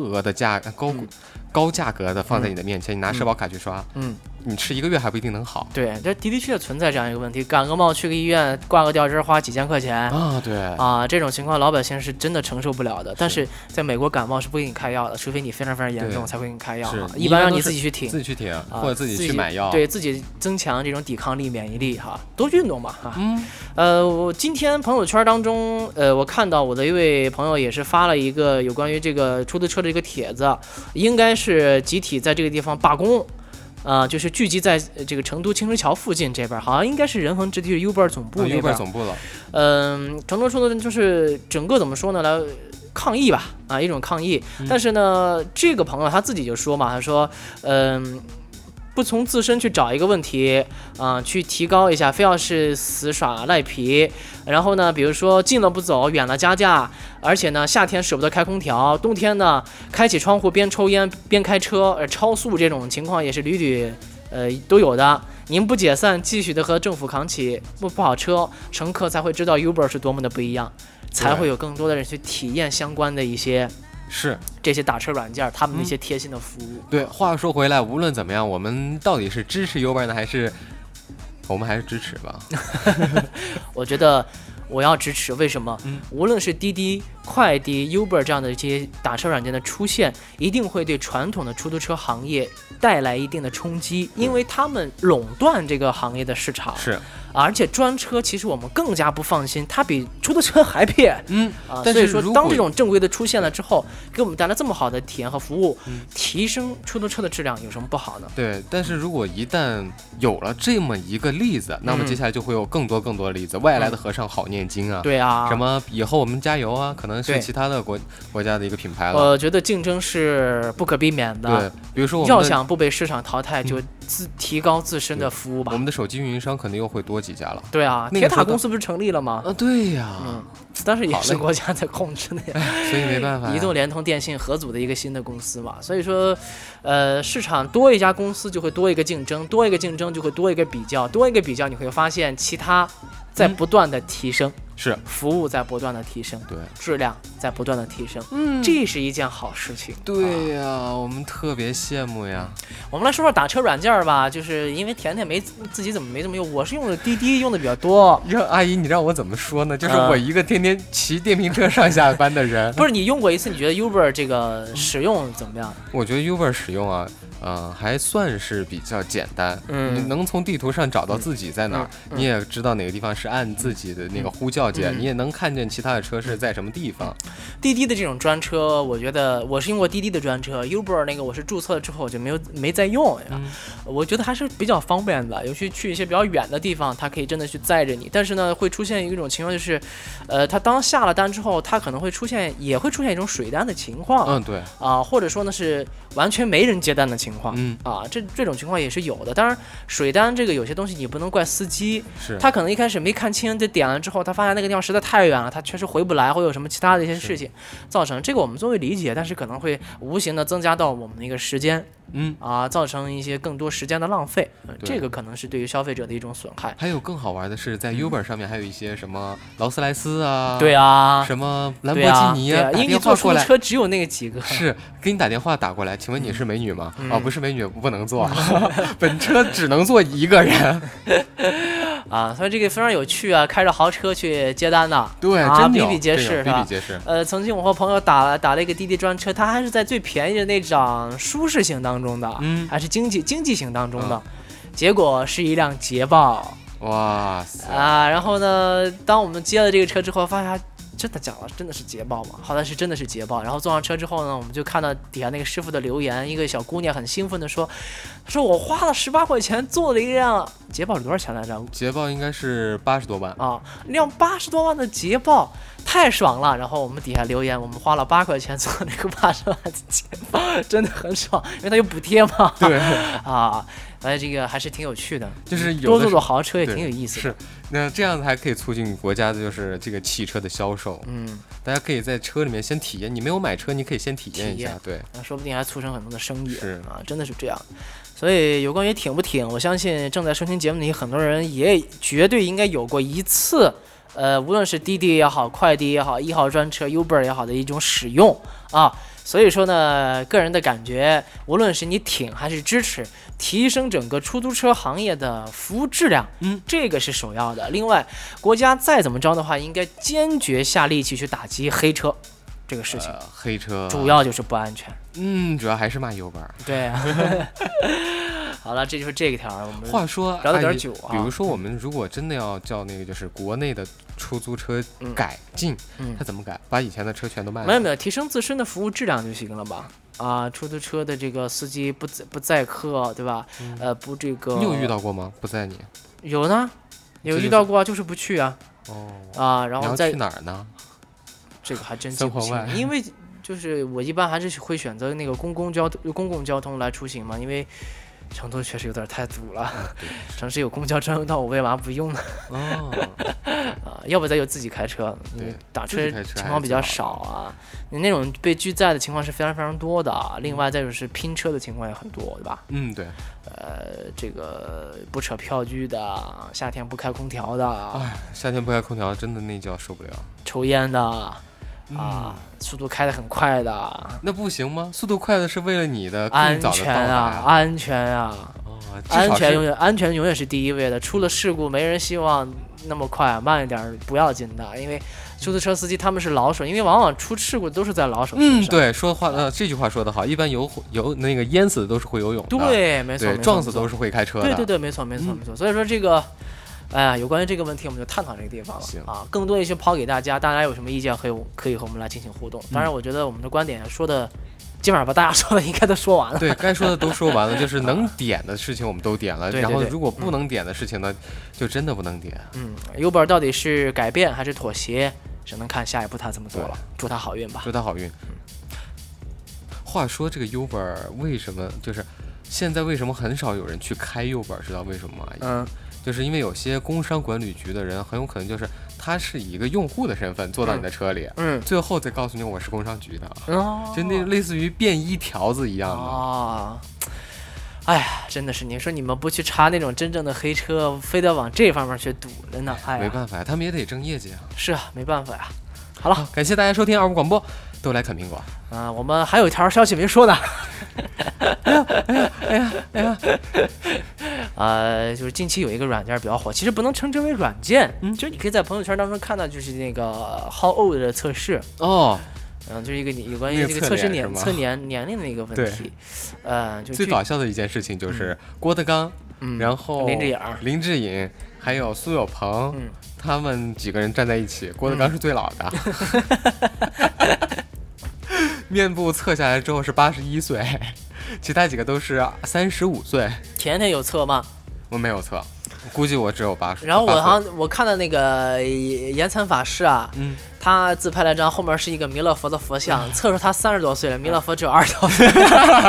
Speaker 5: 高价格的放在你的面前，你拿社保卡去刷，你吃1个月还不一定能好。
Speaker 6: 对，这的确存在这样一个问题，感个冒去个医院挂个吊针花几千块钱
Speaker 5: 啊，对
Speaker 6: 啊，这种情况老百姓是真的承受不了的。但是在美国感冒是不给你开药的，除非你非常非常严重才会给你开药，一般让你自己去挺，
Speaker 5: 或者自己去买药，
Speaker 6: 对自己增强这种抵抗力、免疫力哈，多运动嘛哈。我今天朋友圈当中，我看到我的一位朋友也是发了一个有关于这个出租车的一个帖子，应该是集体在这个地方罢工。就是聚集在这个成都清水桥附近这边，好像应该是人恒直隶 Uber 总部那边。
Speaker 5: Uber 总部了。
Speaker 6: 成都说的就是整个怎么说呢，来抗议吧，一种抗议。但是呢，这个朋友他自己就说嘛，他说，不从自身去找一个问题去提高一下，非要是死耍赖皮，然后呢，比如说近了不走，远了加价，而且呢，夏天舍不得开空调，冬天呢，开起窗户边抽烟边开车，超速这种情况也是屡屡都有的。您不解散，继续的和政府扛起不好车，乘客才会知道 Uber 是多么的不一样，才会有更多的人去体验相关的一些。
Speaker 5: 是
Speaker 6: 这些打车软件他们的一些贴心的服务。
Speaker 5: 对，话说回来，无论怎么样，我们到底是支持 Uber 呢，还是我们还是支持吧。
Speaker 6: 我觉得我要支持，为什么？无论是滴滴、快滴、Uber 这样的这些打车软件的出现，一定会对传统的出租车行业带来一定的冲击，因为他们垄断这个行业的市场。
Speaker 5: 是。
Speaker 6: 而且专车其实我们更加不放心，它比出租车还便宜。
Speaker 5: 但
Speaker 6: 所以说当这种正规的出现了之后，给我们带来这么好的体验和服务，提升出租车的质量有什么不好呢？
Speaker 5: 对，但是如果一旦有了这么一个例子，那么接下来就会有更多的例子。外来的和尚好念经啊，
Speaker 6: 对啊，
Speaker 5: 什么以后我们加油啊，可能是其他的国家的一个品牌了。
Speaker 6: 我觉得竞争是不可避免的。
Speaker 5: 对，比如说
Speaker 6: 要想不被市场淘汰，就提高自身的服务吧。
Speaker 5: 我们的手机运营商可能又会多几家了。
Speaker 6: 对啊，铁塔公司不是成立了吗？
Speaker 5: 对呀，
Speaker 6: 但是也是国家在控制的呀，
Speaker 5: 所以没办法。
Speaker 6: 移动、联通、电信合组的一个新的公司嘛，所以说，市场多一家公司就会多一个竞争，多一个竞争就会多一个比较，多一个比较你会发现其他在不断的提升。
Speaker 5: 是
Speaker 6: 服务在不断的提升，
Speaker 5: 对，
Speaker 6: 质量在不断的提升，这是一件好事情。
Speaker 5: 对呀，我们特别羡慕呀。
Speaker 6: 我们来说说打车软件吧，就是因为甜甜自己怎么没这么用，我是用的滴滴用的比较多。
Speaker 5: 阿姨，你让我怎么说呢？就是我一个天天骑电瓶车上下班的人。
Speaker 6: 不是你用过一次，你觉得 Uber 这个使用怎么样？
Speaker 5: 我觉得 Uber 使用啊。还算是比较简单，你能从地图上找到自己在哪儿，你也知道哪个地方是按自己的那个呼叫键，你也能看见其他的车是在什么地方。
Speaker 6: 滴滴的这种专车，我觉得我是用过滴滴的专车 ，Uber 那个我是注册了之后我就没再用呀。我觉得还是比较方便的，尤其去一些比较远的地方，它可以真的去载着你。但是呢，会出现一种情况，就是，它当下了单之后，它可能会也会出现一种水单的情况。
Speaker 5: 对
Speaker 6: 或者说呢是完全没人接单的情况。这种情况也是有的。当然，水单这个有些东西你不能怪司机，他可能一开始没看清，这点了之后，他发现那个地方实在太远了，他确实回不来，会有什么其他的一些事情造成。这个我们作为理解，但是可能会无形的增加到我们的一个时间。造成一些更多时间的浪费，这个可能是对于消费者的一种损害。
Speaker 5: 还有更好玩的是，在 Uber 上面还有一些什么劳斯莱斯啊，
Speaker 6: 对啊，
Speaker 5: 什么兰博基尼啊，
Speaker 6: 因为你坐出租车只有那个几个，
Speaker 5: 是给你打电话打过来，请问你是美女吗？不是美女不能坐，本车只能坐一个人。
Speaker 6: 所以这个非常有趣啊！开着豪车去接单的，
Speaker 5: 对，
Speaker 6: 真比比皆是，是吧？
Speaker 5: 比比皆是。
Speaker 6: 曾经我和朋友打了一个滴滴专车，他还是在最便宜的那种舒适型当中的，还是经济型当中的，结果是一辆捷豹。
Speaker 5: 哇塞！
Speaker 6: 然后呢，当我们接了这个车之后，发现真的假的？真的是捷豹吗？好像是真的是捷豹。然后坐上车之后呢，我们就看到底下那个师傅的留言，一个小姑娘很兴奋的说：“我花了18块钱坐了一辆捷豹，是多少钱来着？
Speaker 5: 捷豹应该是80多万
Speaker 6: 啊，一辆80多万的捷豹，太爽了。”然后我们底下留言，我们花了8块钱坐那个80万的捷豹，真的很爽，因为它有补贴嘛。
Speaker 5: 对
Speaker 6: 这个还是挺有趣的，
Speaker 5: 就是
Speaker 6: 多坐豪车也挺有意思的。
Speaker 5: 是，那这样子还可以促进国家的就是这个汽车的销售。大家可以在车里面先体验，你没有买车，你可以先体验一下，对，
Speaker 6: 说不定还促成很多的生意。
Speaker 5: 是
Speaker 6: 真的是这样。所以有关于挺不挺，我相信正在收听节目的很多人也绝对应该有过一次，无论是滴滴也好，快滴也好，1号专车 Uber 也好的一种使用啊。所以说呢，个人的感觉，无论是你挺还是支持，提升整个出租车行业的服务质量，这个是首要的。另外，国家再怎么着的话，应该坚决下力气去打击黑车这个事情。
Speaker 5: 黑车
Speaker 6: 主要就是不安全。
Speaker 5: 主要还是骂Uber。
Speaker 6: 对啊。好了，这就是这个条。我们
Speaker 5: 话说
Speaker 6: 聊了点久
Speaker 5: 比如说，我们如果真的要叫那个就是国内的出租车改进，它怎么改？把以前的车全都卖了？
Speaker 6: 没有，提升自身的服务质量就行了吧？出租车的这个司机不载客，对吧？不这个。
Speaker 5: 你有遇到过吗？不载你？
Speaker 6: 有呢，有遇到过，就是不去啊。然后
Speaker 5: 去哪儿呢？
Speaker 6: 这个还真记不清，因为就是我一般还是会选择那个公共交通来出行嘛，因为成都确实有点太堵了，城市有公交专用道，我为嘛不用呢？要不咱就自己开车，打车情况比较少啊。你那种被拒载的情况是非常非常多的。另外再就是拼车的情况也很多，对吧？
Speaker 5: 对。
Speaker 6: 这个不扯票据的，夏天不开空调的，
Speaker 5: 夏天不开空调真的那叫受不了。
Speaker 6: 抽烟的。速度开得很快的，
Speaker 5: 那不行吗？速度快的是为了你的
Speaker 6: 安全啊，安全啊！ 安全永远是第一位的。出了事故，没人希望那么快，慢一点不要紧的，因为出租车司机他们是老手，因为往往出事故都是在老手身上。
Speaker 5: 对，这句话说得好，一般有那个淹死的都是会游泳的，
Speaker 6: 对，没错，
Speaker 5: 撞死都是会开车的，
Speaker 6: 对，没错。所以说这个，哎呀，有关于这个问题，我们就探讨这个地方了啊。更多一些抛给大家有什么意见可以和我们来进行互动。当然，我觉得我们的观点说的。基本上把大家说的应该都说完了，
Speaker 5: 对，该说的都说完了，就是能点的事情我们都点了，然后如果不能点的事情呢，就真的不能点。
Speaker 6: Uber 到底是改变还是妥协，只能看下一步他怎么做了。祝他好运吧，
Speaker 5: 祝他好运。话说这个 Uber 为什么就是现在为什么很少有人去开 Uber， 知道为什么吗？就是因为有些工商管理局的人很有可能就是他是以一个用户的身份坐到你的车里，最后再告诉你我是工商局的，就那类似于便衣条子一样的。
Speaker 6: 哎呀，真的是，你说你们不去查那种真正的黑车，非得往这方面去堵了呢？哎呀，
Speaker 5: 没办法呀，他们也得挣业绩啊。
Speaker 6: 是啊，没办法呀。好了，
Speaker 5: 感谢大家收听二五广播，都来啃苹果。
Speaker 6: 我们还有一条消息没说呢。就是近期有一个软件比较火，其实不能称之为软件，就是你可以在朋友圈当中看到，就是那个 How Old 的测试就是一个有关于这个测试测年龄的一个问题。就
Speaker 5: 最搞笑的一件事情就是郭德纲，然后林志颖还有苏有朋，他们几个人站在一起，郭德纲是最老的，面部测下来之后是81岁，其他几个都是35岁。
Speaker 6: 甜甜有测吗？
Speaker 5: 我没有测，估计我只有80。
Speaker 6: 然后我看到那个延参法师啊，他自拍了张，后面是一个弥勒佛的佛像，测出他30多岁了，弥勒佛只有20多岁。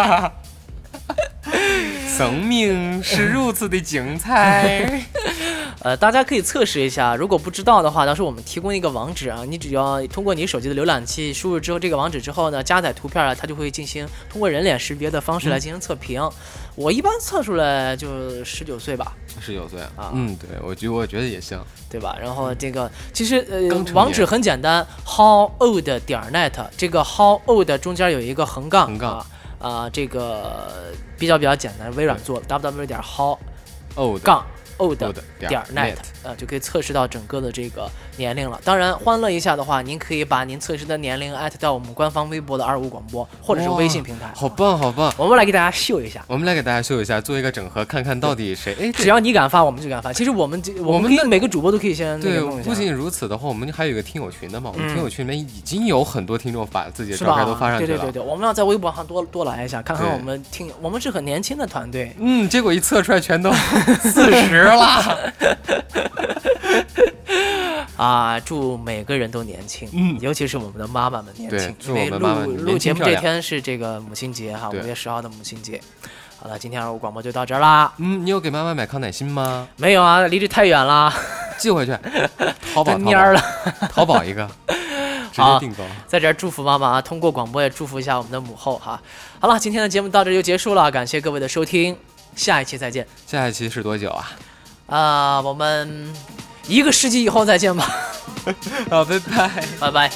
Speaker 5: 生命是如此的精彩。
Speaker 6: 大家可以测试一下，如果不知道的话，到时候我们提供一个网址啊，你只要通过你手机的浏览器输入之后这个网址之后呢，加载图片它就会进行通过人脸识别的方式来进行测评。我一般测出来就19岁吧。
Speaker 5: 19岁啊？对，我觉得也行，
Speaker 6: 对吧？然后这个其实网址很简单 ，howold.net， 这个 howold 中间有一个横杠这个比较简单，微软做的 www.howold.net 就可以测试到整个的这个年龄了。当然，欢乐一下的话，您可以把您测试的年龄艾特到我们官方微博的25广播，或者是微信平台。
Speaker 5: 好棒，好棒！
Speaker 6: 我们来给大家秀一下，
Speaker 5: 做一个整合，看看到底谁。
Speaker 6: 只要你敢发，我们就敢发。其实我们可以每个主播都可以先
Speaker 5: 对。不仅如此的话，我们还有一个听友群的嘛。我们听友群里面已经有很多听众把自己的照片都发上去了。
Speaker 6: 对，我们要在微博上多来一下，看看我们是很年轻的团队。
Speaker 5: 结果一测出来全都40了。
Speaker 6: 祝每个人都年轻，尤其是我们的妈妈们年轻。
Speaker 5: 祝我们妈妈
Speaker 6: 录节目这天是这个母亲节哈，5月10号的母亲节。好了，今天25广播就到这儿啦。
Speaker 5: 你有给妈妈买康乃馨吗？
Speaker 6: 没有啊，离这太远了，
Speaker 5: 寄回去。淘宝
Speaker 6: 了，
Speaker 5: 淘宝一个，直接订购。
Speaker 6: 在这儿祝福妈妈啊，通过广播也祝福一下我们的母后哈。好了，今天的节目到这就结束了，感谢各位的收听，下一期再见。
Speaker 5: 下一期是多久啊？
Speaker 6: 我们1个世纪以后再见吧。
Speaker 5: 好，拜拜，
Speaker 6: 拜拜。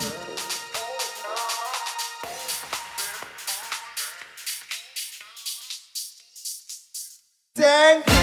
Speaker 7: Thank you.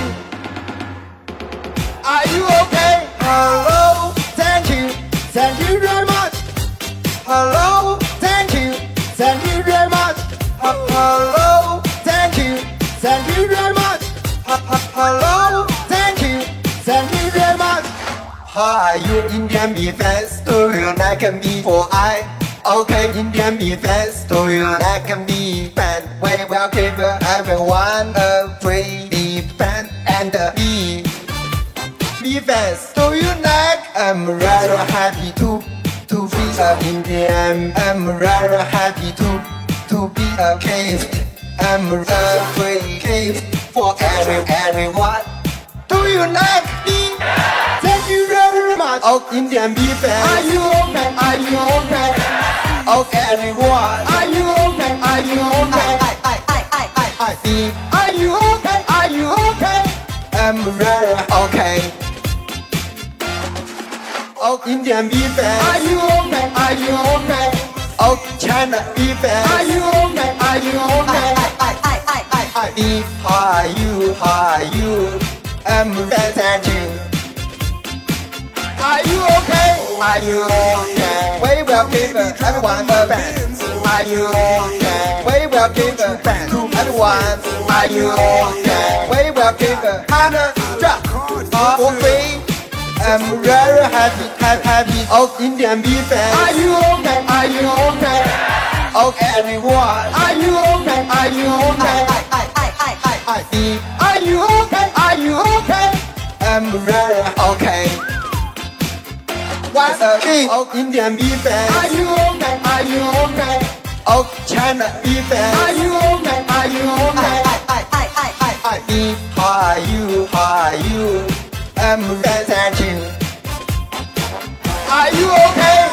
Speaker 7: Are you okay? Hello. Thank you. Thank you very much. Hello. Thank you. Thank you very much. Hello. Thank you. Thank you very much. Hello. Thank you. Thank you very much. How are you, Indian B fans? Do you like me for I? Okay, Indian B fans, do you like me fan? We will give everyone a free fan and me. B fans, do you like? I'm very happy to be an Indian. I'm very happy to be a gift. I'm a free gift for everyone. Do you like me? Thank you very much. Oh, Indian B fans, are you okay? Are you okay? Oh, everyone, are you okay? Are you okay? Are you okay? Are you okay? I'm very okay. Oh, Indian B fans, are you okay? Are you okay? Oh, China B fans, are you okay? Are you okay? Beef, how are you? How are you? I'm fine, thank you. Are you okay? Are you okay? We will give everyone a band. Are you okay? We will give a band to everyone. Are you okay? We will give a hundred drop for free. I'm very happy. Oh, Indian beef band. Are you okay? Are you okay? Okay, everyone. Are you okay? Are you okay? Are you okay? Are you okay? I'm very okay. What's a big old Indian beef band? Are you okay? Are you okay? Oh, China beef band. Are you okay? Are you okay? Beef, how are you? How are you? I'm fine, thank you. Are you okay?